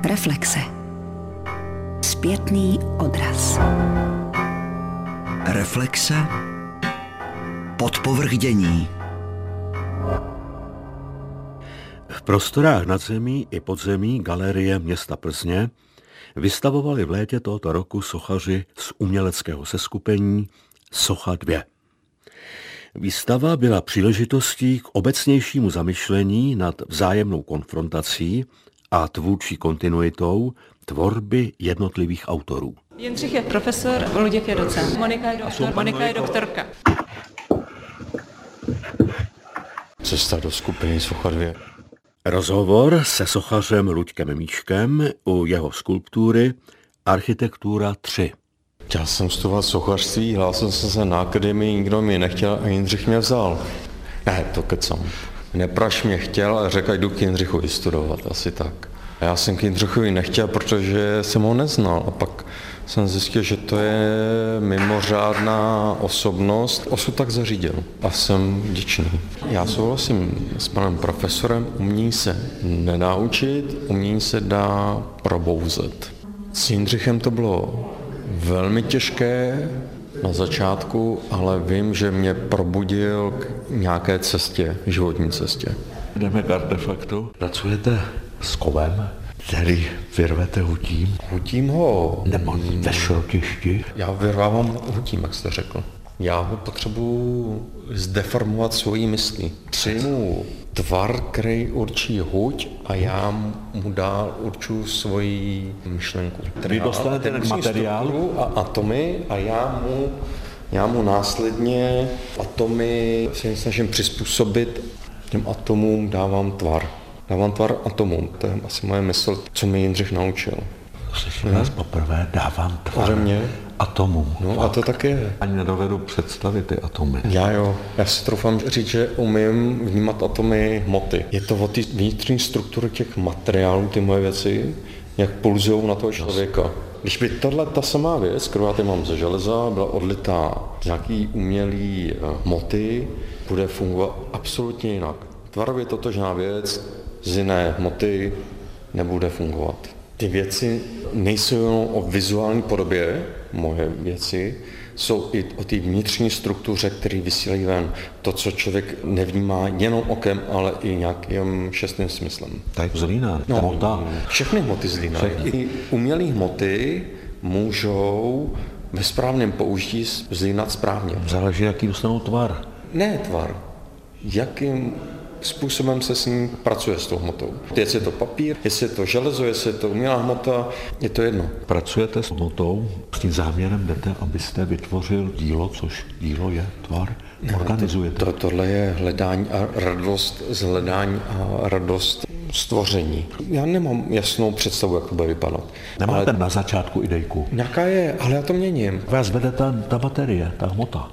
Reflexe. Zpětný odraz. Reflexe. Podpovrch dění. V prostorách nadzemí i podzemí galerie města Plzně vystavovali v létě tohoto roku sochaři z uměleckého seskupení Socha 2. Výstava byla příležitostí k obecnějšímu zamyšlení nad vzájemnou konfrontací a tvůrčí kontinuitou tvorby jednotlivých autorů. Jindřich je profesor, Luděk je docent, Monika je doktor, Monika je doktorka. Cesta do skupiny Socha 2. Rozhovor se sochařem Luďkem Míčkem u jeho skulptury Architektura 3. Chtěl jsem studovat sochařství, hlásil jsem se na akademii, nikdo mě nechtěl a Jindřich mě vzal. Ne, to kecám. Nepraš mě chtěl a řekl, jdu k Jindřichovi studovat, asi tak. A já jsem k Jindřichovi nechtěl, protože jsem ho neznal a pak jsem zjistil, že to je mimořádná osobnost. Osud tak zařídil a jsem vděčný. Já souhlasím s panem profesorem, umění se nenaučit, umění se dá probouzet. S Jindřichem to bylo velmi těžké na začátku, ale vím, že mě probudil k nějaké cestě, životní cestě. Jdeme k artefaktu. Pracujete s kovem, který vyrvete hutím? Hutím ho. Nebo ve šrotišti? Já vyrvávám hutím, jak jste řekl. Já ho potřebuji zdeformovat svojí myslí. Přijmu tvar, který určí huť a já mu dál určuji svoji myšlenku. Vy dostanete ten materiál a atomy a já mu následně atomy se snažím přizpůsobit, těm atomům dávám tvar. Dávám tvar atomům, to je asi moje mysl, co mi Jindřich naučil. Slyším vás poprvé, dávám tvar atomům. No a to tak je. Ani nedovedu představit ty atomy. Já si troufám říct, že umím vnímat atomy hmoty. Je to o ty vnitřní struktury těch materiálů, ty moje věci, jak pulzujou na toho člověka. Když by ta samá věc, kterou já tady mám ze železa, byla odlitá z nějaký umělý hmoty, bude fungovat absolutně jinak. Tvarově totožná věc z jiné hmoty nebude fungovat. Ty věci nejsou jenom o vizuální podobě, moje věci, jsou i o té vnitřní struktuře, které vysílají ven. To, co člověk nevnímá jenom okem, ale i nějakým šestým smyslem. Tak zlína, hmota. Všechny hmoty zlína. I umělé hmoty můžou ve správném použití zlínat správně. Záleží, jaký dostanou tvar. Ne tvar. Jakým způsobem se s ním pracuje s tou hmotou. Jestli je to papír, jestli je to železo, jestli je to umělá hmota, je to jedno. Pracujete s hmotou, s tím záměrem jdete, abyste vytvořil dílo, což dílo je tvar, organizujete. Tohle je hledání a radost z hledání a radost stvoření. Já nemám jasnou představu, jak to bude vypadat. Nemáte na začátku idejku? Nějaká je, ale já to měním. Vás vede ta materie, ta hmota.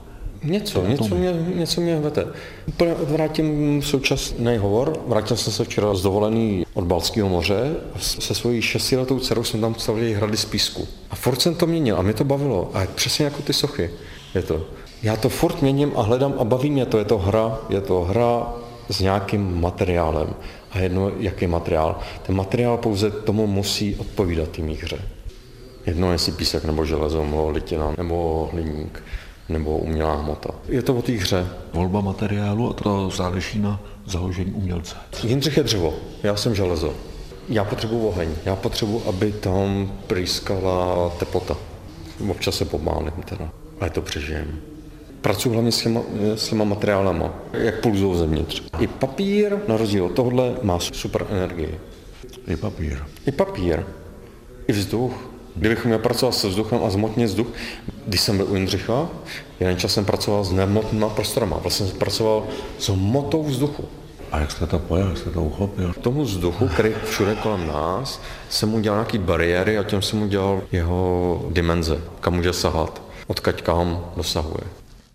Něco mě vede. Úplně odvrátím současný hovor. Vrátil jsem se včera z dovolený od Baltského moře. Se svojí 6letou dcerou jsme tam stavili hrady z písku. A furt jsem to měnil a mě to bavilo. A přesně jako ty sochy je to. Já to furt měním a hledám a baví mě to. Je to hra s nějakým materiálem. A jedno, jaký materiál. Ten materiál pouze tomu musí odpovídat té hře. Jedno, jestli písek nebo železo, nebo litina, nebo hliník, nebo umělá hmota. Je to o té hře. Volba materiálu a to záleží na založení umělce. Jindřich je dřevo, já jsem železo. Já potřebuji oheň, já potřebuji, aby tam prýskala teplota. Občas se pomálím teda, ale to přežijem. Pracuji hlavně s těma materiálama, jak pulzujou zevnitř. I papír, na rozdíl od tohohle, má super energii. I papír. I vzduch. Kdybych měl pracovat se vzduchem a zmotnit vzduch, když jsem byl u Jindřicha, jeden čas jsem pracoval s nehmotnými prostorama. Vlastně jsem pracoval s hmotou vzduchu. A jak jste to pojel, jak jste to uchopil? K tomu vzduchu, který všude kolem nás, jsem mu dělal nějaké bariéry a tím jsem mu dělal jeho dimenze, kam může sahat, odkud kam dosahuje.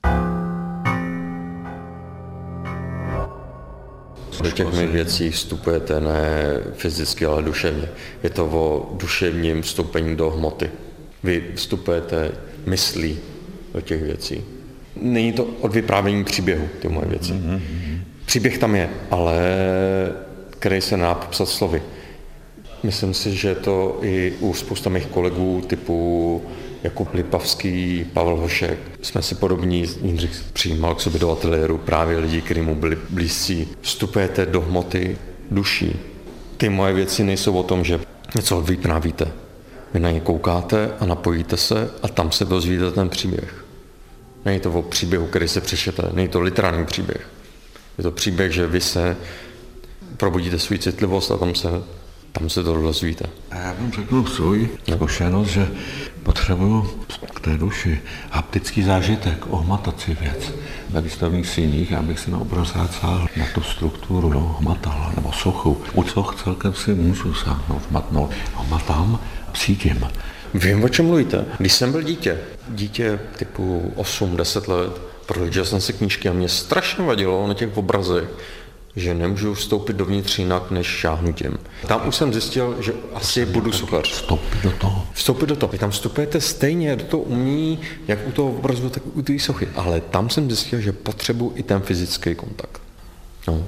Do těch věcí vstupujete ne fyzicky, ale duševně. Je to o duševním vstoupení do hmoty. Vy vstupujete myslí do těch věcí. Není to od vyprávění příběhu, ty moje věci. Příběh tam je, ale který se nedá popsat slovy. Myslím si, že to i u spousta mých kolegů typu Jakub Lipavský, Pavel Hošek. Jsme si podobní, Jindřich přijímal k sobě do ateliéru právě lidi, kteří mu byli blízcí. Vstupujete do hmoty duší. Ty moje věci nejsou o tom, že něco vyprávíte. Vy na ně koukáte a napojíte se a tam se dozvíte ten příběh. Není to o příběhu, který se přečtete, není to literární příběh. Je to příběh, že vy se probudíte svou citlivost a tam se to dozvíte. A já vám řeknu svůj zkušenost, že potřebuju k té duši haptický zážitek, ohmatat si věc. Ve výstavních síních, abych si na obrazách sáhl na tu strukturu, hmatal, nebo sochu. U soch celkem si můžu sáhnout, hmatnout. Hmatám, cítím. Vím, o čem mluvíte. Když jsem byl dítě typu 8-10 let, prohlížel jsem si knížky a mě strašně vadilo na těch obrazech, že nemůžu vstoupit dovnitř jinak než šáhnutím. Tam už jsem zjistil, že asi budu sochař. Vstoupit do toho. Vy tam vstupujete stejně do toho umění, jak u toho obrazu, tak u té sochy. Ale tam jsem zjistil, že potřebuji i ten fyzický kontakt. No.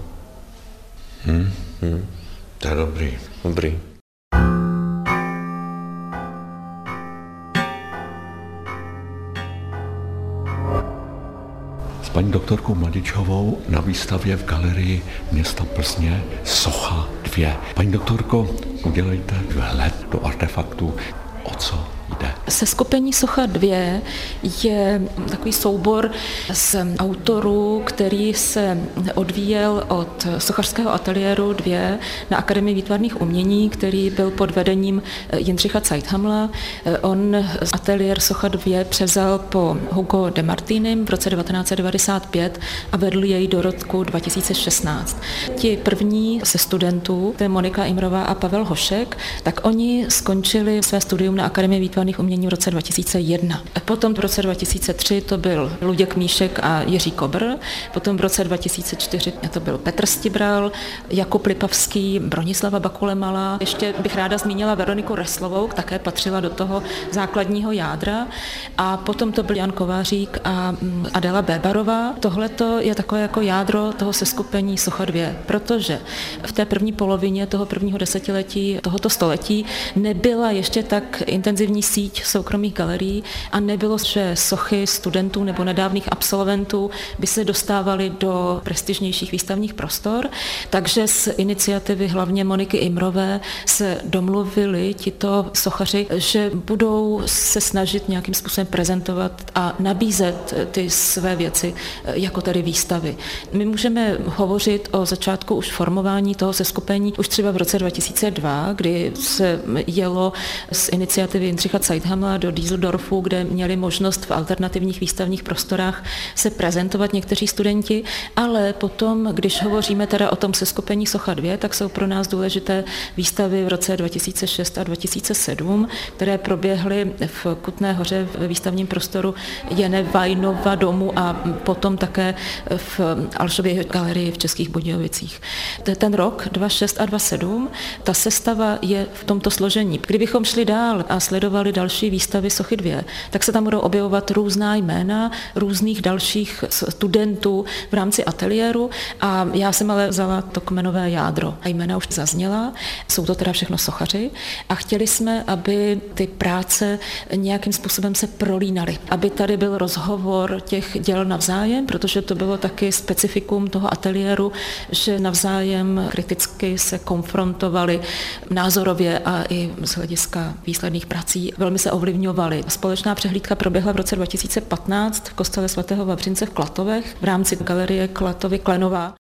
To je dobrý. S paní doktorkou Mladičovou na výstavě v galerii města Plzně Socha 2. Paní doktorko, udělejte vhled do artefaktů, o co jde. Seskupení Socha 2 je takový soubor z autorů, který se odvíjel od sochařského ateliéru 2 na Akademii výtvarných umění, který byl pod vedením Jindřicha Zeithamla. On ateliér Socha 2 převzal po Hugo de Martinim v roce 1995 a vedl jej do roku 2016. Ti první ze studentů, to je Monika Imrová a Pavel Hošek, tak oni skončili své studium na Akademii výtvarných umění v roce 2001. Potom v roce 2003 to byl Luděk Míšek a Jiří Kobr, potom v roce 2004 to byl Petr Stibral, Jakub Lipavský, Bronislava Bakule-Malá. Ještě bych ráda zmínila Veroniku Reslovou, také patřila do toho základního jádra. A potom to byl Jan Kovářík a Adela Bébarová. Tohle je takové jako jádro toho seskupení Socha 2, protože v té první polovině toho prvního desetiletí tohoto století nebyla ještě tak intenzivní síť soukromých galerií a nebylo, že sochy studentů nebo nedávných absolventů by se dostávaly do prestižnějších výstavních prostor, takže z iniciativy hlavně Moniky Imrové se domluvili tito sochaři, že budou se snažit nějakým způsobem prezentovat a nabízet ty své věci jako tedy výstavy. My můžeme hovořit o začátku už formování toho seskupení už třeba v roce 2002, kdy se jelo z iniciativy Jindřicha Zeithamla do Düsseldorfu, kde měli možnost v alternativních výstavních prostorách se prezentovat někteří studenti, ale potom, když hovoříme teda o tom seskupení Socha 2, tak jsou pro nás důležité výstavy v roce 2006 a 2007, které proběhly v Kutné Hoře v výstavním prostoru Jene Vajnova domu a potom také v Alšově galerii v Českých Budějovicích. Ten rok 2006 a 2007, ta sestava je v tomto složení. Kdybychom šli dál a sledovali další výstavy Sochy 2, tak se tam budou objevovat různá jména různých dalších studentů v rámci ateliéru a já jsem ale vzala to kmenové jádro. A jména už zazněla, jsou to teda všechno sochaři a chtěli jsme, aby ty práce nějakým způsobem se prolínaly, aby tady byl rozhovor těch děl navzájem, protože to bylo taky specifikum toho ateliéru, že navzájem kriticky se konfrontovali názorově a i z hlediska výsledných prací velmi se ovlivňovaly. Společná přehlídka proběhla v roce 2015 v kostele svatého Vavřince v Klatovech v rámci galerie Klatovy Klenová.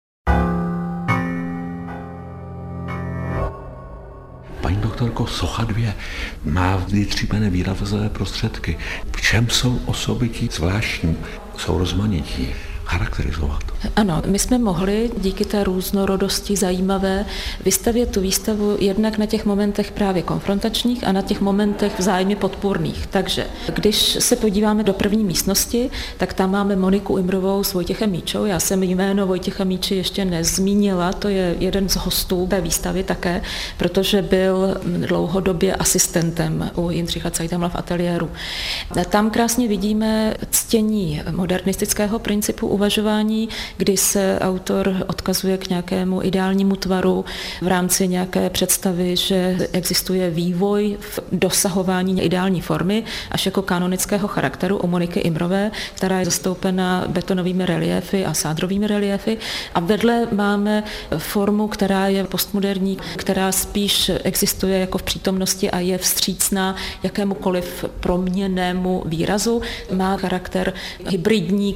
Paní doktorko, Socha 2 má vytříbené výrazové prostředky. V čem jsou osobití zvláštní, jsou rozmanití? Charakterizovat. Ano, my jsme mohli díky té různorodosti zajímavé vystavět tu výstavu jednak na těch momentech právě konfrontačních a na těch momentech vzájemně podpůrných. Takže když se podíváme do první místnosti, tak tam máme Moniku Imrovou s Vojtěchem Míčou. Já jsem jméno Vojtěcha Míči ještě nezmínila, to je jeden z hostů té výstavy také, protože byl dlouhodobě asistentem u Jindřicha Zeithamla v ateliéru. Tam krásně vidíme ctění modernistického principu uvažování, kdy se autor odkazuje k nějakému ideálnímu tvaru v rámci nějaké představy, že existuje vývoj v dosahování ideální formy až jako kanonického charakteru u Moniky Imrové, která je zastoupena betonovými reliéfy a sádrovými reliéfy. A vedle máme formu, která je postmoderní, která spíš existuje jako v přítomnosti a je vstřícná jakémukoliv proměnnému výrazu. Má charakter hybridní,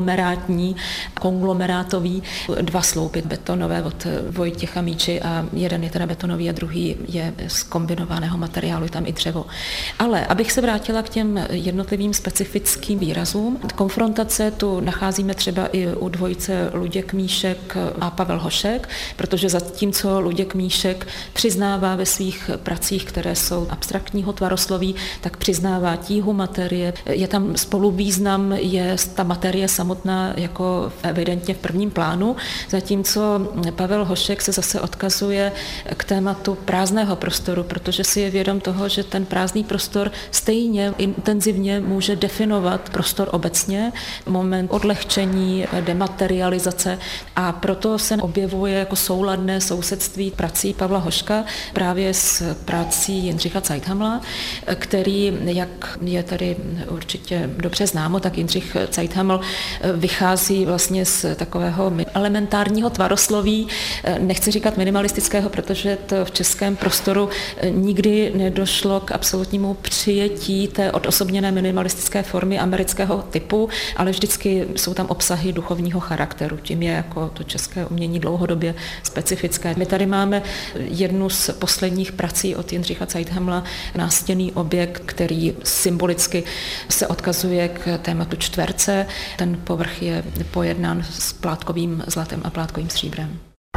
konglomerátový. 2 sloupy betonové od Vojtěcha Míči a jeden je teda betonový a druhý je z kombinovaného materiálu, je tam i dřevo. Ale abych se vrátila k těm jednotlivým specifickým výrazům, konfrontace tu nacházíme třeba i u dvojice Luděk Míšek a Pavel Hošek, protože zatímco Luděk Míšek přiznává ve svých pracích, které jsou abstraktního tvarosloví, tak přiznává tíhu materie. Je tam spoluvýznam, je ta materie samotná jako evidentně v prvním plánu, zatímco Pavel Hošek se zase odkazuje k tématu prázdného prostoru, protože si je vědom toho, že ten prázdný prostor stejně intenzivně může definovat prostor obecně, moment odlehčení, dematerializace, a proto se objevuje jako souladné sousedství prací Pavla Hoška právě s prací Jindřicha Zeithamla, který, jak je tady určitě dobře známo, tak Jindřich Zeithaml vychází vlastně z takového elementárního tvarosloví, nechci říkat minimalistického, protože to v českém prostoru nikdy nedošlo k absolutnímu přijetí té odosobněné minimalistické formy amerického typu, ale vždycky jsou tam obsahy duchovního charakteru. Tím je jako to české umění dlouhodobě specifické. My tady máme jednu z posledních prací od Jindřicha Zeithamla, nástěnný objekt, který symbolicky se odkazuje k tématu čtverce. Ten povrch je pojednán s plátkovým zlatem a plátkovým stříbrem.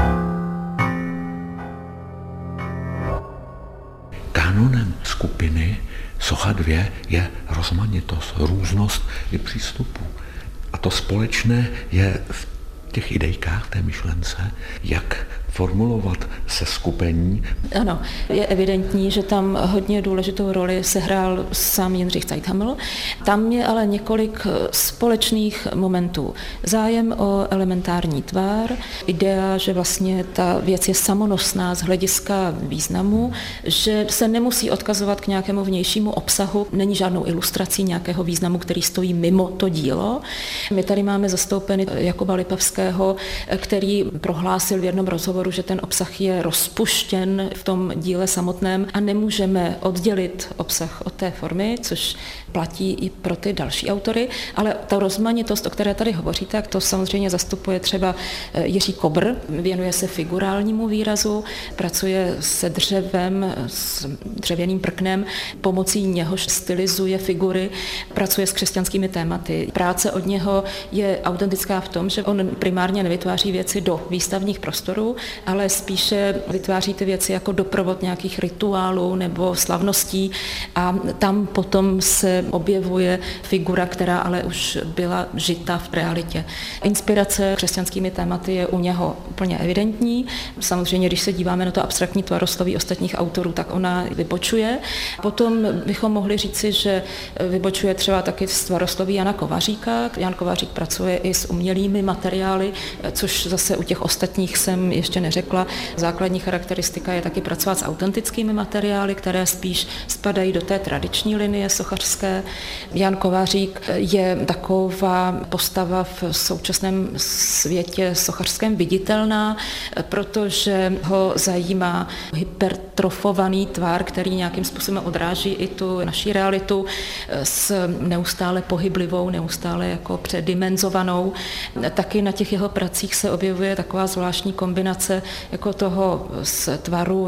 Kánonem skupiny Socha 2 je rozmanitost, různost i přístupů. A to společné je v těch idejkách, té myšlence, jak formulovat seskupení. Ano, je evidentní, že tam hodně důležitou roli sehrál sám Jindřich Zeithaml. Tam je ale několik společných momentů. Zájem o elementární tvar, idea, že vlastně ta věc je samonosná z hlediska významu, že se nemusí odkazovat k nějakému vnějšímu obsahu, není žádnou ilustrací nějakého významu, který stojí mimo to dílo. My tady máme zastoupeny Jakuba Lipavského, který prohlásil v jednom rozhovoru, že ten obsah je rozpuštěn v tom díle samotném a nemůžeme oddělit obsah od té formy, což platí i pro ty další autory, ale ta rozmanitost, o které tady hovoříte, tak to samozřejmě zastupuje třeba Jiří Kobr, věnuje se figurálnímu výrazu, pracuje se dřevem, s dřevěným prknem, pomocí něhož stylizuje figury, pracuje s křesťanskými tématy. Práce od něho je autentická v tom, že on primárně nevytváří věci do výstavních prostorů, ale spíše vytváří ty věci jako doprovod nějakých rituálů nebo slavností a tam potom se objevuje figura, která ale už byla žita v realitě. Inspirace křesťanskými tématy je u něho úplně evidentní. Samozřejmě, když se díváme na to abstraktní tvarosloví ostatních autorů, tak ona vybočuje. Potom bychom mohli říci, že vybočuje třeba taky z tvarosloví Jana Kovaříka. Jan Kovařík pracuje i s umělými materiály, což zase u těch ostatních jsem ještě neřekla. Základní charakteristika je taky pracovat s autentickými materiály, které spíš spadají do té tradiční linie sochařské. Jan Kovařík je taková postava v současném světě sochařském viditelná, protože ho zajímá hypertrofovaný tvar, který nějakým způsobem odráží i tu naší realitu s neustále pohyblivou, neustále jako předimenzovanou. Taky na těch jeho pracích se objevuje taková zvláštní kombinace jako toho z tvaru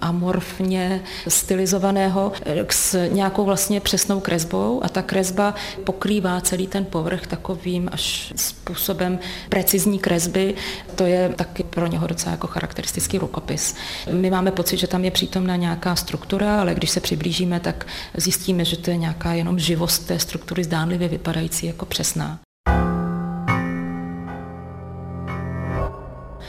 amorfně stylizovaného s nějakou vlastně přesnou kresbou a ta kresba pokrývá celý ten povrch takovým až způsobem precizní kresby. To je taky pro něho docela jako charakteristický rukopis. My máme pocit, že tam je přítomná nějaká struktura, ale když se přiblížíme, tak zjistíme, že to je nějaká jenom živost té struktury zdánlivě vypadající jako přesná.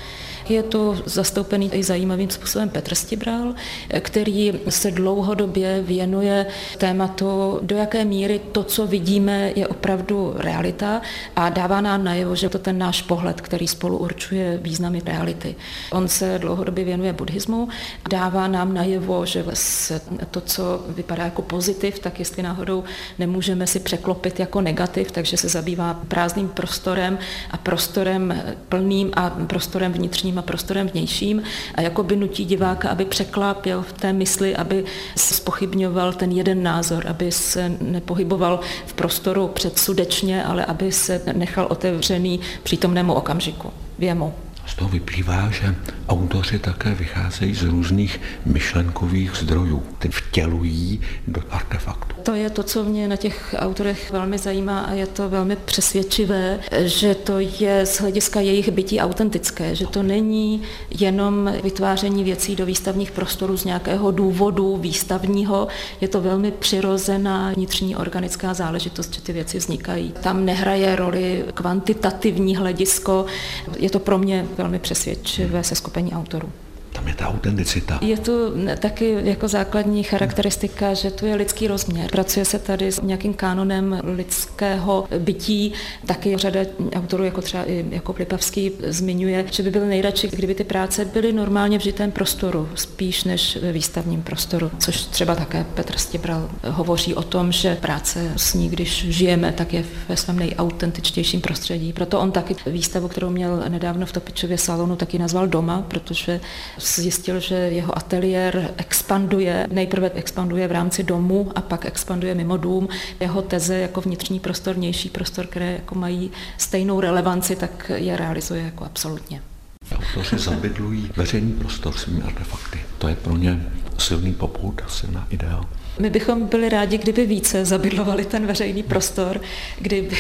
Pak je to zastoupený i zajímavým způsobem Petr Stibral, který se dlouhodobě věnuje tématu, do jaké míry to, co vidíme, je opravdu realita a dává nám najevo, že to ten náš pohled, který spolu určuje významy reality. On se dlouhodobě věnuje buddhismu, dává nám najevo, že to, co vypadá jako pozitiv, tak jestli náhodou nemůžeme si překlopit jako negativ, takže se zabývá prázdným prostorem a prostorem plným a prostorem vnitřním a prostorem vnějším a jakoby nutí diváka, aby překlápěl v té mysli, aby zpochybňoval ten jeden názor, aby se nepohyboval v prostoru předsudečně, ale aby se nechal otevřený přítomnému okamžiku, věmu. Z toho vyplývá, že autoři také vycházejí z různých myšlenkových zdrojů, které vtělují do artefaktu. To je to, co mě na těch autorech velmi zajímá a je to velmi přesvědčivé, že to je z hlediska jejich bytí autentické, že to není jenom vytváření věcí do výstavních prostorů z nějakého důvodu výstavního, je to velmi přirozená vnitřní organická záležitost, že ty věci vznikají. Tam nehraje roli kvantitativní hledisko, je to pro mě velmi přesvědčivé seskupení autorů. Tam je ta autenticita. Je tu taky jako základní charakteristika, že tu je lidský rozměr. Pracuje se tady s nějakým kánonem lidského bytí. Taky řada autorů, jako třeba i Jakub Lipavský, zmiňuje, že by byl nejradši, kdyby ty práce byly normálně v žitém prostoru, spíš než ve výstavním prostoru. Což třeba také Petr Stibral hovoří o tom, že práce s ní, když žijeme, tak je ve svém nejautentičtějším prostředí. Proto on taky výstavu, kterou měl nedávno v Topičově salonu, taky nazval Doma, protože zjistil, že jeho ateliér expanduje, nejprve expanduje v rámci domu a pak expanduje mimo dům. Jeho teze jako vnitřní prostor, vnější prostor, které jako mají stejnou relevanci, tak je realizuje jako absolutně. Autoři zabydlují veřejný prostor svými artefakty. To je pro ně silný popud, silná idea. My bychom byli rádi, kdyby více zabydlovali ten veřejný prostor, kdyby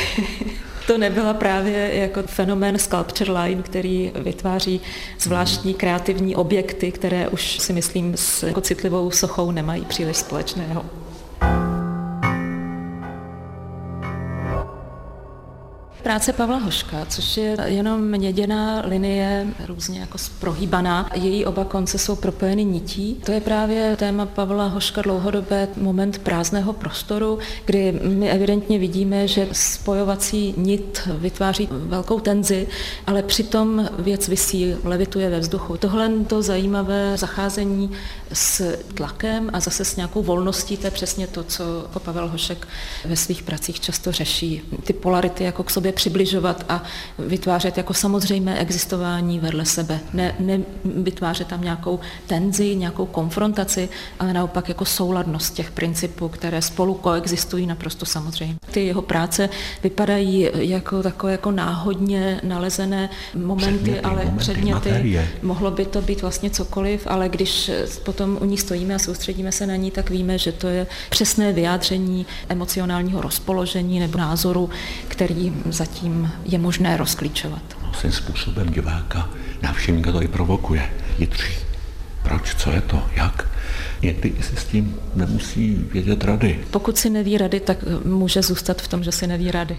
to nebyla právě jako fenomén Sculpture Line, který vytváří zvláštní kreativní objekty, které už si myslím s jako citlivou sochou nemají příliš společného. Práce Pavla Hoška, což je jenom měděná linie, různě jako prohýbaná. Její oba konce jsou propojeny nití. To je právě téma Pavla Hoška dlouhodobé moment prázdného prostoru, kdy my evidentně vidíme, že spojovací nit vytváří velkou tenzi, ale přitom věc visí, levituje ve vzduchu. Tohle to zajímavé zacházení s tlakem a zase s nějakou volností, to je přesně to, co Pavel Hošek ve svých pracích často řeší. Ty polarity jako k sobě přibližovat a vytvářet jako samozřejmé existování vedle sebe. Ne vytvářet tam nějakou tenzi, nějakou konfrontaci, ale naopak jako souladnost těch principů, které spolu koexistují naprosto samozřejmě. Ty jeho práce vypadají jako takové jako náhodně nalezené momenty, ale předměty. Mohlo by to být vlastně cokoliv, ale když potom u ní stojíme a soustředíme se na ní, tak víme, že to je přesné vyjádření emocionálního rozpoložení nebo názoru, který zatím je možné rozklíčovat. Svým způsobem diváka, návštěvníka to i provokuje. Jitří. Proč? Co je to? Jak? Někdy si s tím nemusí vědět rady. Pokud si neví rady, tak může zůstat v tom, že si neví rady.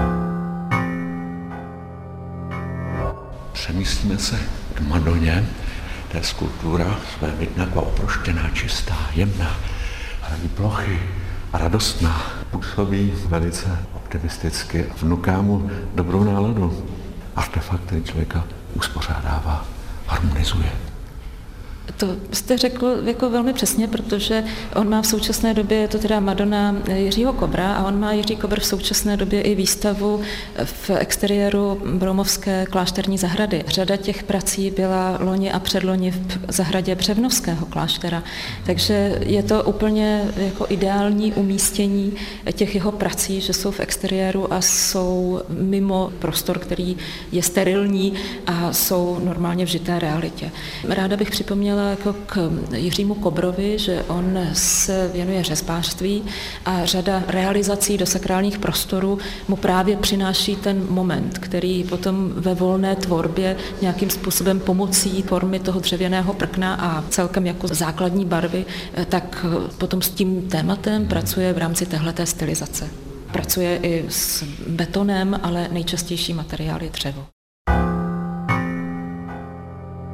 Přemístíme se k Madoně. To je skulptura velmi oproštěná, čistá, jemná, hraní plochy a radostná. Působí velice optimisticky a vnuká mu dobrou náladu. Artefakt, který člověka uspořádává, harmonizuje. To jste řekl jako velmi přesně, protože on má v současné době, je to teda Madonna Jiřího Kobra, a on má Jiří Kobr v současné době i výstavu v exteriéru Broumovské klášterní zahrady. Řada těch prací byla loni a předloni v zahradě Břevnovského kláštera, takže je to úplně jako ideální umístění těch jeho prací, že jsou v exteriéru a jsou mimo prostor, který je sterilní a jsou normálně v žité realitě. Ráda bych připomněla jako k Jiřímu Kobrovi, že on se věnuje řezbářství a řada realizací do sakrálních prostorů mu právě přináší ten moment, který potom ve volné tvorbě nějakým způsobem pomocí formy toho dřevěného prkna a celkem jako základní barvy, tak potom s tím tématem pracuje v rámci téhleté stylizace. Pracuje i s betonem, ale nejčastější materiál je dřevo.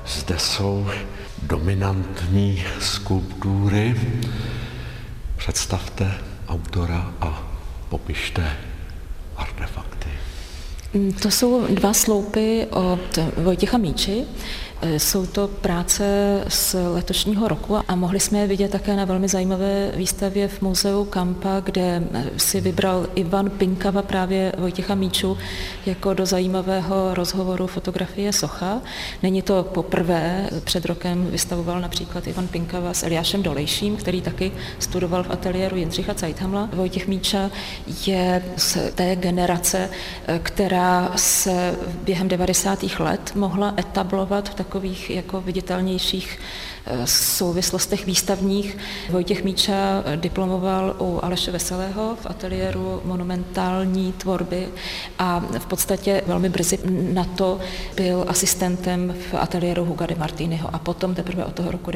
Zde jsou dominantní skulptury. Představte autora a popište artefakty. To jsou 2 sloupy od Vojtěcha Míči. Jsou to práce z letošního roku a mohli jsme je vidět také na velmi zajímavé výstavě v muzeu Kampa, kde si vybral Ivan Pinkava právě Vojtěcha Míču jako do zajímavého rozhovoru fotografie socha. Není to poprvé, před rokem vystavoval například Ivan Pinkava s Eliášem Dolejším, který taky studoval v ateliéru Jindřicha Zeithamla. Vojtěch Míča je z té generace, která se během 90. let mohla etablovat v takových jako viditelnějších souvislostech výstavních. Vojtěch Míča diplomoval u Aleše Veselého v ateliéru monumentální tvorby a v podstatě velmi brzy na to byl asistentem v ateliéru Huga de Martiniho a potom teprve od toho roku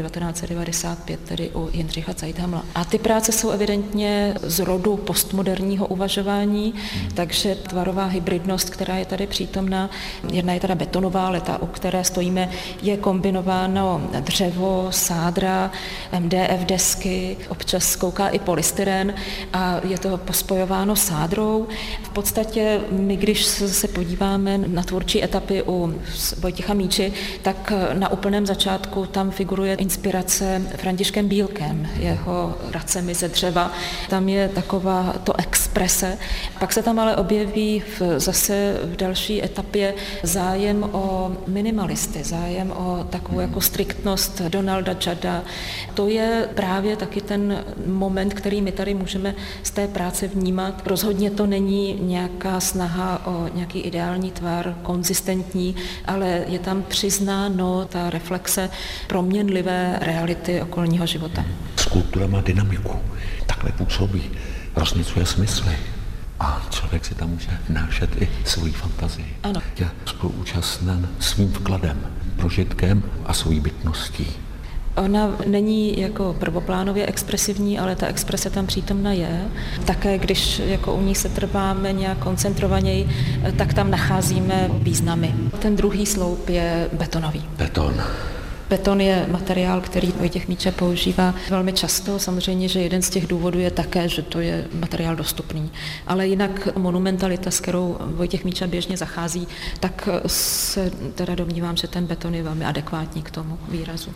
1995 tedy u Jindřicha Zeithamla. A ty práce jsou evidentně z rodu postmoderního uvažování, takže tvarová hybridnost, která je tady přítomná, jedna je teda betonová, ale ta, u které stojíme, je kombinováno dřevo, sádra, MDF desky, občas kouká i polystyren a je to pospojováno sádrou. V podstatě my, když se podíváme na tvůrčí etapy u Vojtěcha Míči, tak na úplném začátku tam figuruje inspirace Františkem Bílkem, jeho pracemi ze dřeva. Tam je taková to exprese. Pak se tam ale objeví zase v další etapě zájem o minimalisty, zájem o takovou jako striktnost Donalda Judda. To je právě taky ten moment, který my tady můžeme z té práce vnímat. Rozhodně to není nějaká snaha o nějaký ideální tvar, konzistentní, ale je tam přiznáno ta reflexe proměnlivé reality okolního života. Skulptura má dynamiku, takhle působí, roznicuje smysly. A člověk si tam může vnášet i svoji fantazii. Ano. Je spoluúčastnen svým vkladem, prožitkem a svojí bytností. Ona není jako prvoplánově expresivní, ale ta exprese tam přítomna je. Také když jako u ní se trváme nějak koncentrovaněji, tak tam nacházíme významy. Ten druhý sloup je betonový. Beton. Beton je materiál, který Vojtěch Míča používá velmi často. Samozřejmě, že jeden z těch důvodů je také, že to je materiál dostupný. Ale jinak monumentalita, s kterou Vojtěch Míča běžně zachází, tak se teda domnívám, že ten beton je velmi adekvátní k tomu výrazu.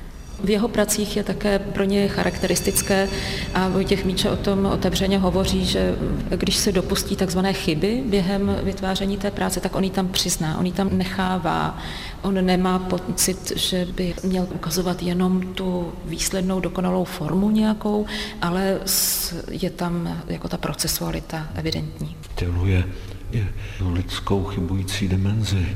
V jeho pracích je také pro ně charakteristické a Vojtěch Míča o tom otevřeně hovoří, že když se dopustí takzvané chyby během vytváření té práce, tak on ji tam přizná, on ji tam nechává. On nemá pocit, že by měl ukazovat jenom tu výslednou dokonalou formu nějakou, ale je tam jako ta procesualita evidentní. Vtěluje i lidskou chybující dimenzi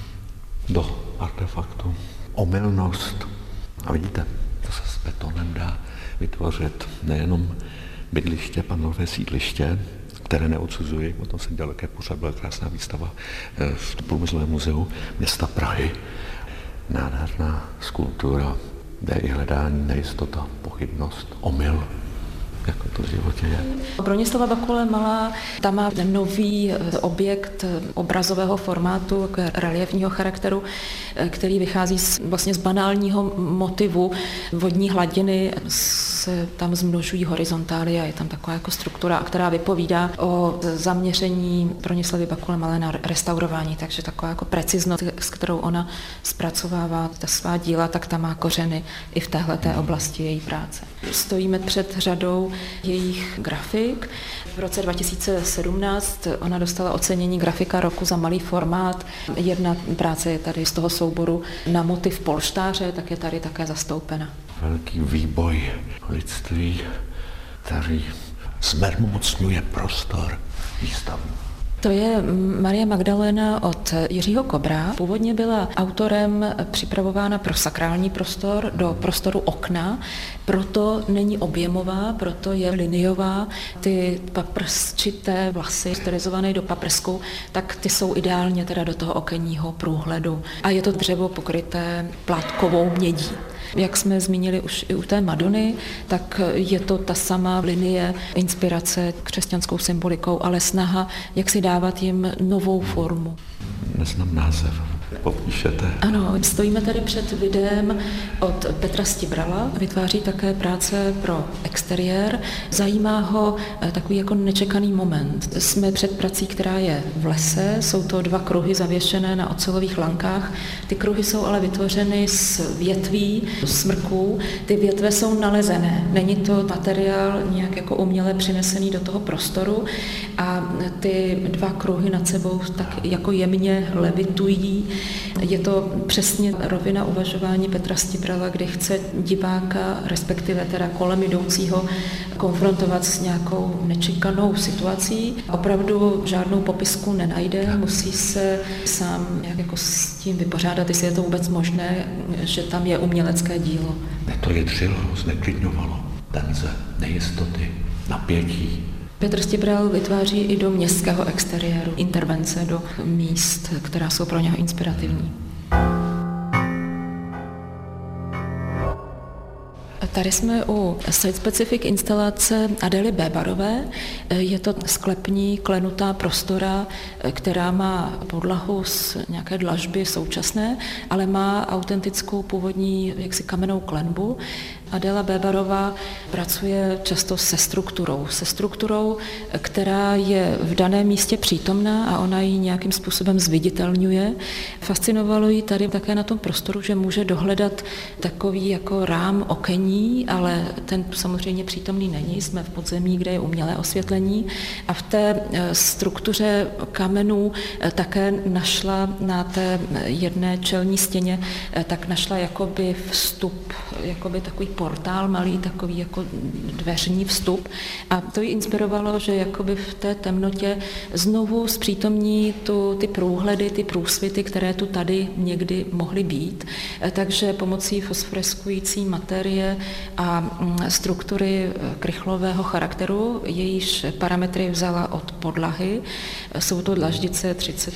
do artefaktu. Omylnost. A vidíte, to se s betonem dá vytvořit nejenom bydliště, panové sídliště, které neodsuzují, o tom se dělala také pořád, byla krásná výstava v Průmyslovém muzeu města Prahy. Nádherná skulptura, kde je i hledání, nejistota, pochybnost, omyl, jako to v životě je. Bronislava Bakule Malá, tam má nový objekt obrazového formátu, reliefního charakteru, který vychází vlastně z banálního motivu vodní hladiny, se tam zmnožují horizontály a je tam taková jako struktura, která vypovídá o zaměření Bronislavy Bakule Malé na restaurování, takže taková jako preciznost, s kterou ona zpracovává ta svá díla, tak ta má kořeny i v téhleté oblasti její práce. Stojíme před řadou jejich grafik. V roce 2017 ona dostala ocenění grafika roku za malý formát. Jedna práce je tady z toho souboru na motiv polštáře, tak je tady také zastoupena. Velký výboj lidství, který zmermocňuje prostor výstavy. To je Marie Magdalena od Jiřího Kobra. Původně byla autorem připravována pro sakrální prostor, do prostoru okna, proto není objemová, proto je liniová. Ty paprsčité vlasy, stylizované do paprsku, tak ty jsou ideálně teda do toho okenního průhledu. A je to dřevo pokryté plátkovou mědí. Jak jsme zmínili už i u té Madony, tak je to ta sama linie inspirace křesťanskou symbolikou, ale snaha, jak si dávat jim novou formu. Neznám název. popíšete. Ano, stojíme tady před videem od Petra Stibrala, vytváří také práce pro exteriér. Zajímá ho takový jako nečekaný moment. Jsme před prací, která je v lese, jsou to 2 kruhy zavěšené na ocelových lankách. Ty kruhy jsou ale vytvořeny z větví, smrků. Ty větve jsou nalezené, není to materiál nějak jako uměle přinesený do toho prostoru a ty 2 kruhy nad sebou tak jako jemně levitují. Je to přesně rovina uvažování Petra Stibrala, kdy chce diváka, respektive teda kolem jdoucího, konfrontovat s nějakou nečekanou situací. Opravdu žádnou popisku nenajde, musí se sám nějak jako s tím vypořádat, jestli je to vůbec možné, že tam je umělecké dílo. To jedřilo, zneklidňovalo, tenze, nejistoty, napětí. Petr Stibral vytváří i do městského exteriéru intervence do míst, která jsou pro něho inspirativní. Tady jsme u site-specific instalace Adély Bébarové. Je to sklepní klenutá prostora, která má podlahu z nějaké dlažby současné, ale má autentickou původní jaksi kamennou klenbu. Adéla Bébarová pracuje často se strukturou, která je v daném místě přítomná a ona ji nějakým způsobem zviditelňuje. Fascinovalo ji tady také na tom prostoru, že může dohledat takový jako rám okení, ale ten samozřejmě přítomný není, jsme v podzemí, kde je umělé osvětlení a v té struktuře kamenů také našla na té jedné čelní stěně, tak našla jakoby vstup, jakoby takový portál malý, takový jako dveřní vstup a to ji inspirovalo, že jakoby v té temnotě znovu zpřítomní ty průhledy, ty průsvity, které tu tady někdy mohly být. Takže pomocí fosforeskující materie a struktury krychlového charakteru, jejíž parametry vzala od podlahy, jsou to dlaždice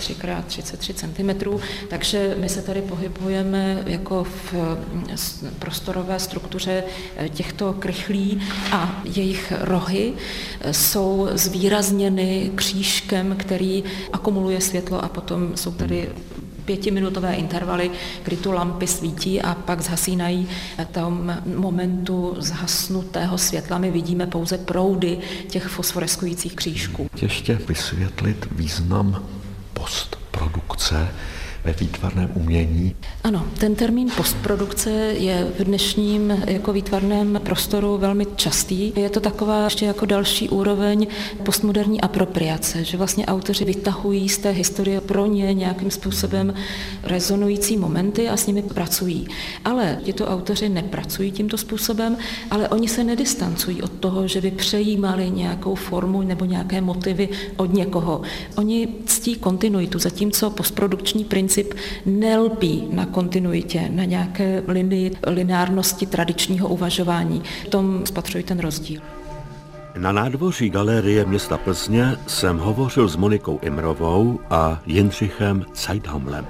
33x33 cm, takže my se tady pohybujeme jako v prostorové struktuře těchto krychlí a jejich rohy jsou zvýrazněny křížkem, který akumuluje světlo a potom jsou tady 5minutové intervaly, kdy tu lampy svítí a pak zhasínají. V tom momentu zhasnutého světla my vidíme pouze proudy těch fosforeskujících křížků. Ještě vysvětlit význam postprodukce ve výtvarném umění. Ano, ten termín postprodukce je v dnešním jako výtvarném prostoru velmi častý. Je to taková ještě jako další úroveň postmoderní apropriace, že vlastně autoři vytahují z té historie pro ně nějakým způsobem rezonující momenty a s nimi pracují. Ale tito autoři nepracují tímto způsobem, ale oni se nedistancují od toho, že by přejímali nějakou formu nebo nějaké motivy od někoho. Oni ctí kontinuitu, zatímco postprodukční princip nelpí na kontinuitě, na nějaké lineárnosti tradičního uvažování. V tom spatřuji ten rozdíl. Na nádvoří Galerie města Plzně jsem hovořil s Monikou Imrovou a Jindřichem Zeithamlem.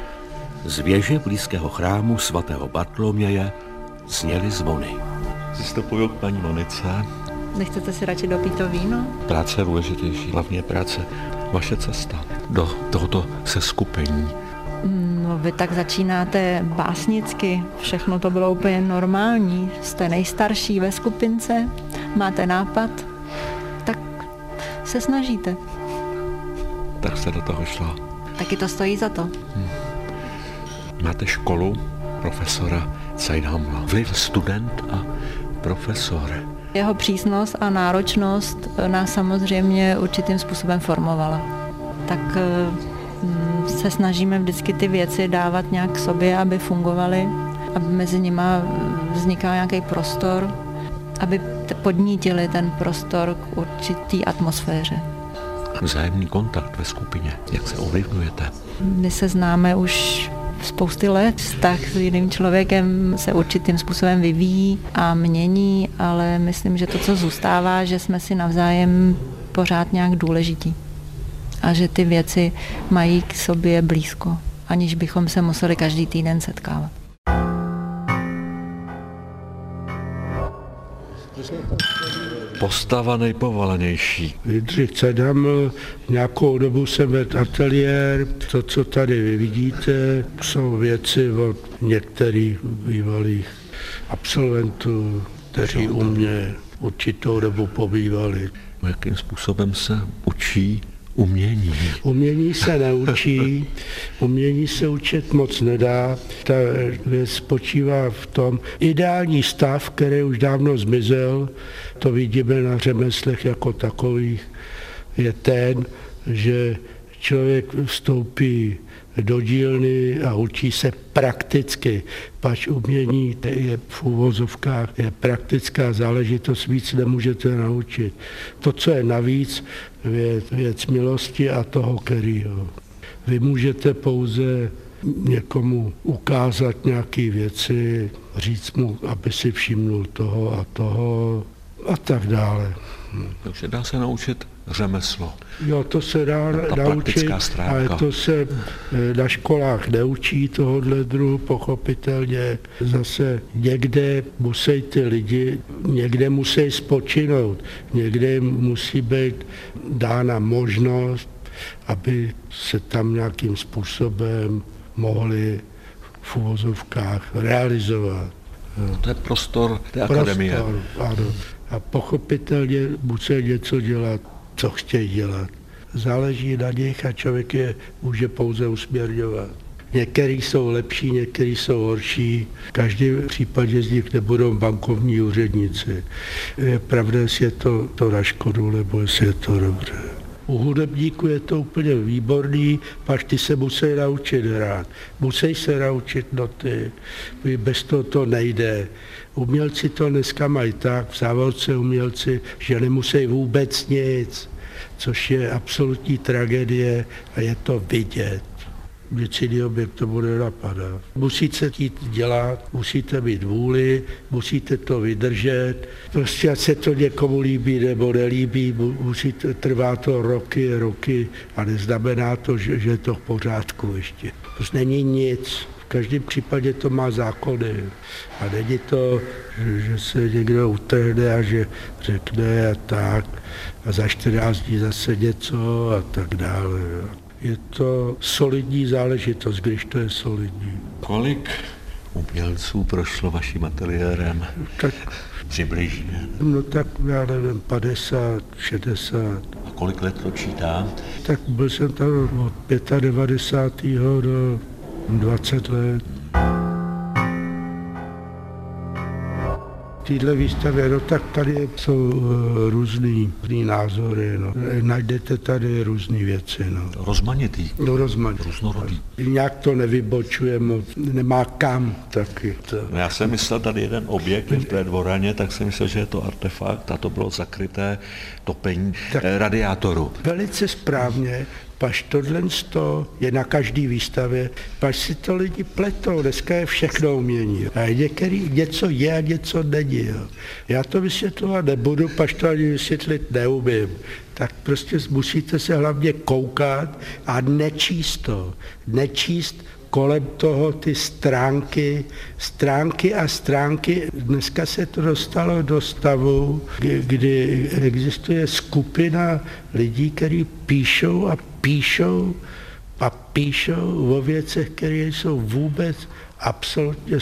Z věže blízkého chrámu svatého Bartoloměje zněly zvony. Vystupuju k paní Monice. Nechcete si radši dopít to víno? Práce je důležitější, hlavně práce. Vaše cesta do tohoto seskupení. No, vy tak začínáte básnicky, všechno to bylo úplně normální. Jste nejstarší ve skupince, máte nápad, tak se snažíte. Tak jste do toho šla. Taky to stojí za to. Máte školu profesora Zeithamla. Vy student a profesor. Jeho přísnost a náročnost nás samozřejmě určitým způsobem formovala. Tak se snažíme vždycky ty věci dávat nějak k sobě, aby fungovaly, aby mezi nima vznikal nějaký prostor, aby podnítili ten prostor k určitý atmosféře. Vzájemný kontakt ve skupině, jak se ovlivňujete? My se známe už spousty let, vztah s jiným člověkem se určitým způsobem vyvíjí a mění, ale myslím, že to, co zůstává, že jsme si navzájem pořád nějak důležití a že ty věci mají k sobě blízko, aniž bychom se museli každý týden setkávat. postava nejpovolanější? Jindřich Cadhaml, nějakou dobu jsem vedl ateliér, to, co tady vy vidíte, jsou věci od některých bývalých absolventů, kteří u mě určitou dobu pobývali. Jakým způsobem se učí umění? Umění se neučí, umění se učit moc nedá. Ta věc spočívá v tom ideální stav, který už dávno zmizel, to vidíme na řemeslech jako takových, je ten, že člověk vstoupí do dílny a učí se prakticky, pač umění je v uvozovkách, je praktická záležitost, víc nemůžete naučit. To, co je navíc, je věc milosti a toho kterýho. Vy můžete pouze někomu ukázat nějaké věci, říct mu, aby si všimnul toho a tak dále. Takže dá se naučit řemeslo. Jo, to se dá naučit, ale to se na školách neučí tohohle druhu, pochopitelně. Zase někde musí ty lidi, někde musí spočinout, někde musí být dána možnost, aby se tam nějakým způsobem mohli v uvozovkách realizovat. To je prostor té akademie. Ano. A pochopitelně musí něco dělat, co chtějí dělat. Záleží na nich a člověk je může pouze usměrňovat. Některý jsou lepší, některý jsou horší. V každém případě z nich nebudou bankovní úředníci. Je pravda, jestli je to na škodu, nebo jestli je to dobře. U hudebníků je to úplně výborný, pak ty se musí naučit hrát, musí se naučit noty, bez toho to nejde. Umělci to dneska mají tak, v závorce umělci, že nemusí vůbec nic, což je absolutní tragédie a je to vidět. Nic jiného by to bude napadat. Musíte chtít dělat, musíte mít vůli, musíte to vydržet. Prostě ať se to někomu líbí nebo nelíbí, musíte, trvá to roky a neznamená to, že je to v pořádku ještě. Prostě není nic. V každém případě to má zákony. A není to, že se někdo utrhne a že řekne a tak a za 14 dní zase něco a tak dále. Je to solidní záležitost, když to je solidní. Kolik umělců prošlo vaším ateliérem? Tak přibližně. No tak já nevím, 50, 60. A kolik let počítá? Tak byl jsem tam od 95. do 20 let. Týhle výstavě, no tak tady jsou různý názory, no. Najdete tady různé věci, no. Rozmanitý. No rozmanitý. Různorodý. Nějak to nevybočuje moc, nemá kam taky. No já jsem myslel, tady jeden objekt v té dvoraně, tak jsem myslel, že je to artefakt a to bylo zakryté topení radiátoru. Velice správně. Paž tohle je na každý výstavě, paž si to lidi pletou, dneska je všechno umění. A něco je a něco není. Jo. Já to vysvětlovat nebudu, paž to ani vysvětlit neumím. Tak prostě musíte se hlavně koukat a nečíst to. Nečíst kolem toho ty stránky. Dneska se to dostalo do stavu, kdy existuje skupina lidí, kteří píšou o věcech, které jsou vůbec absolutně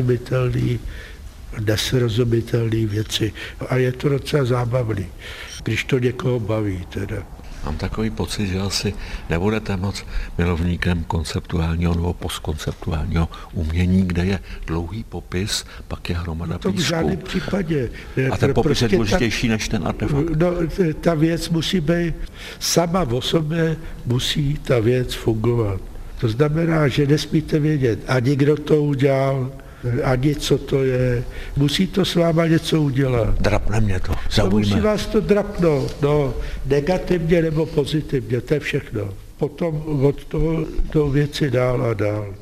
nesrozumitelné věci. A je to docela zábavný, když to někoho baví teda. Mám takový pocit, že asi nebudete moc milovníkem konceptuálního nebo postkonceptuálního umění, kde je dlouhý popis, pak je hromada písku. To v žádném případě. A ten popis je důležitější než ten artefakt. No, ta věc musí být, sama o sobě musí ta věc fungovat. To znamená, že nesmíte vědět ani kdo to udělal, ani co to je. Musí to s váma něco udělat. Drapne mě to, zaujme. Musí vás to drapnout, no, negativně nebo pozitivně, to je všechno. Potom od toho věci dál a dál.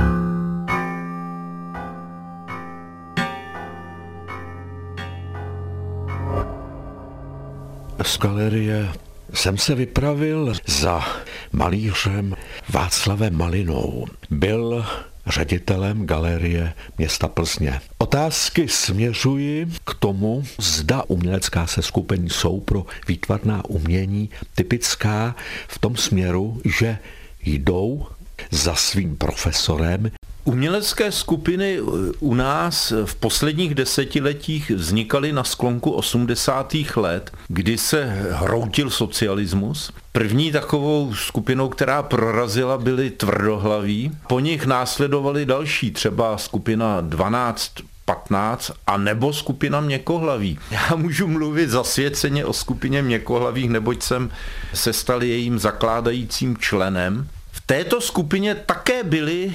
Z galerie jsem se vypravil za malířem Václavem Malinou. Byl ředitelem Galerie města Plzně. Otázky směřují k tomu, zda umělecká seskupení jsou pro výtvarná umění typická v tom směru, že jdou za svým profesorem. Umělecké skupiny u nás v posledních desetiletích vznikaly na sklonku 80. let, kdy se hroutil socialismus. První takovou skupinou, která prorazila, byli tvrdohlaví. Po nich následovaly další, třeba skupina 12, 15 a nebo skupina měkkohlaví. Já můžu mluvit zasvěceně o skupině měkkohlavých, neboť jsem se stal jejím zakládajícím členem. V této skupině také byli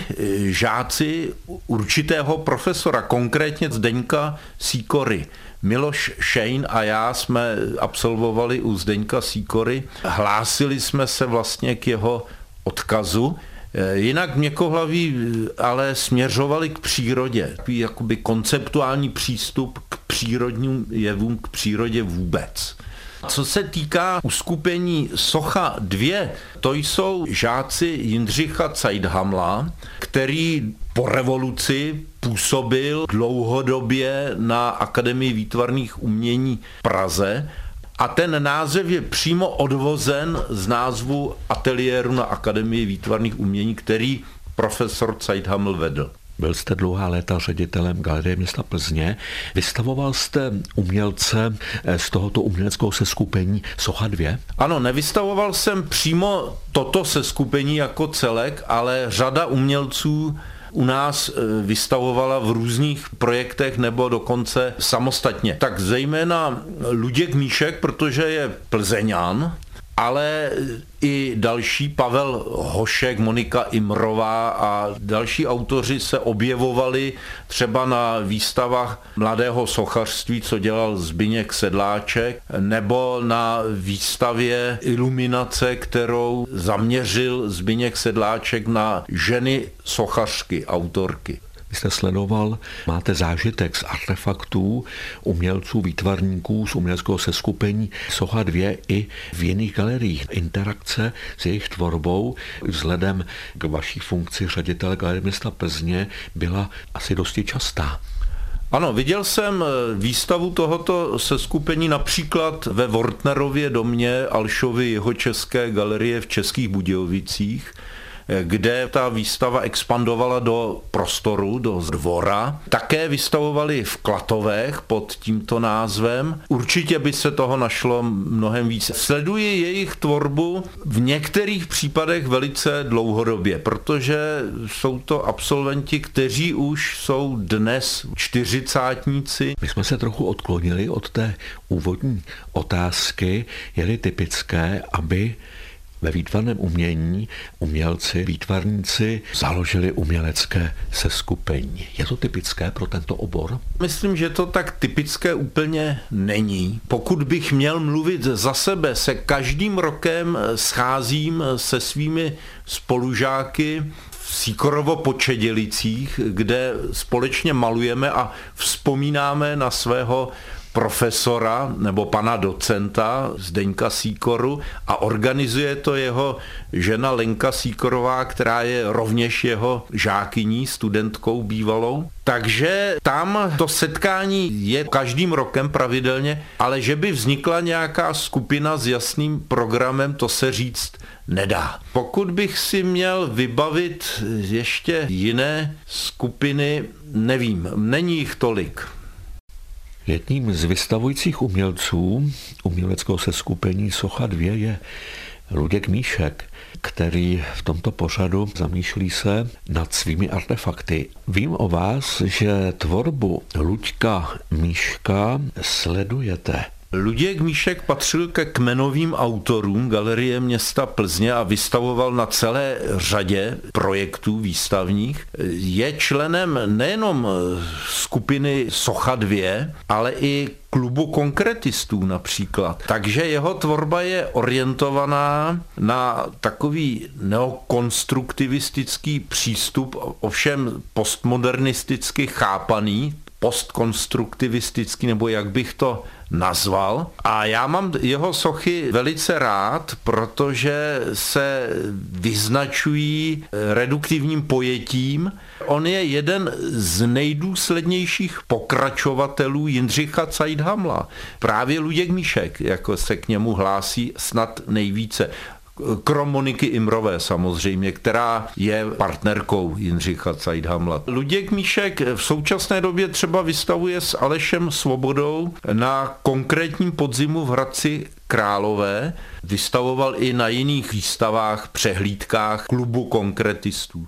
žáci určitého profesora, konkrétně Zdeňka Sýkory. Miloš Šejn a já jsme absolvovali u Zdeňka Sýkory. Hlásili jsme se vlastně k jeho odkazu. Jinak měkkohlaví ale směřovali k přírodě. Takový jakoby konceptuální přístup k přírodním jevům, k přírodě vůbec. Co se týká uskupení Socha 2, to jsou žáci Jindřicha Zeithamla, který po revoluci působil dlouhodobě na Akademii výtvarných umění v Praze a ten název je přímo odvozen z názvu ateliéru na Akademii výtvarných umění, který profesor Zeithaml vedl. Byl jste dlouhá léta ředitelem Galerie města Plzně. Vystavoval jste umělce z tohoto uměleckého seskupení Socha 2? Ano, nevystavoval jsem přímo toto seskupení jako celek, ale řada umělců u nás vystavovala v různých projektech nebo dokonce samostatně. Tak zejména Luděk Míšek, protože je Plzeňan, ale i další, Pavel Hošek, Monika Imrová a další autoři se objevovali třeba na výstavách mladého sochařství, co dělal Zbyněk Sedláček, nebo na výstavě Iluminace, kterou zaměřil Zbyněk Sedláček na ženy sochařky, autorky. Vy jste sledoval, máte zážitek z artefaktů umělců, výtvarníků z uměleckého seskupení Socha 2 i v jiných galeriích. Interakce s jejich tvorbou vzhledem k vaší funkci ředitele Galerie města Plzně byla asi dosti častá. Ano, viděl jsem výstavu tohoto seskupení například ve Wortnerově domě Alšovy jihočeské galerie v Českých Budějovicích, kde ta výstava expandovala do prostoru, do dvora. Také vystavovali v Klatovech pod tímto názvem. Určitě by se toho našlo mnohem více. Sleduji jejich tvorbu v některých případech velice dlouhodobě, protože jsou to absolventi, kteří už jsou dnes čtyřicátníci. My jsme se trochu odklonili od té úvodní otázky. Je-li typické, aby ve výtvarném umění umělci, výtvarníci založili umělecké seskupení? Je to typické pro tento obor? Myslím, že to tak typické úplně není. Pokud bych měl mluvit za sebe, se každým rokem scházím se svými spolužáky v Sýkorovo-Počedělicích, kde společně malujeme a vzpomínáme na svého profesora nebo pana docenta Zdeňka Sýkoru a organizuje to jeho žena Lenka Sýkorová, která je rovněž jeho žákyní, studentkou bývalou. Takže tam to setkání je každým rokem pravidelně, ale že by vznikla nějaká skupina s jasným programem, to se říct nedá. Pokud bych si měl vybavit ještě jiné skupiny, nevím, není jich tolik. Jedním z vystavujících umělců uměleckého seskupení Socha 2 je Luděk Míšek, který v tomto pořadu zamýšlí se nad svými artefakty. Vím o vás, že tvorbu Luďka Míška sledujete. Luděk Míšek patřil ke kmenovým autorům Galerie města Plzně a vystavoval na celé řadě projektů výstavních. Je členem nejenom skupiny Socha 2, ale i klubu konkretistů například. Takže jeho tvorba je orientovaná na takový neokonstruktivistický přístup, ovšem postmodernisticky chápaný, postkonstruktivistický, nebo jak bych to nazval. A já mám jeho sochy velice rád, protože se vyznačují reduktivním pojetím. On je jeden z nejdůslednějších pokračovatelů Jindřicha Zeithamla. Právě Luděk Míšek jako se k němu hlásí snad nejvíce. Krom Moniky Imrové samozřejmě, která je partnerkou Jindřicha Zeithamla. Luděk Míšek v současné době třeba vystavuje s Alešem Svobodou na konkrétním podzimu v Hradci Králové. Vystavoval i na jiných výstavách, přehlídkách klubu konkretistů.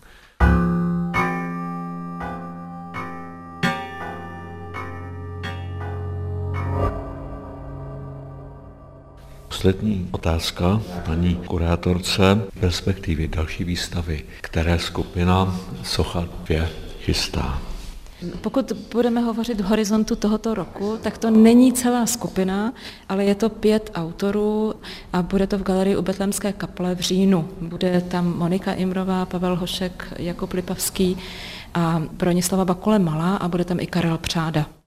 Poslední otázka paní kurátorce, perspektivy další výstavy, které skupina Socha 2 chystá. Pokud budeme hovořit v horizontu tohoto roku, tak to není celá skupina, ale je to 5 autorů a bude to v galerii u Betlémské kaple v říjnu. Bude tam Monika Imrová, Pavel Hošek, Jakub Lipavský a Bronislava Bakule Malá a bude tam i Karel Přáda.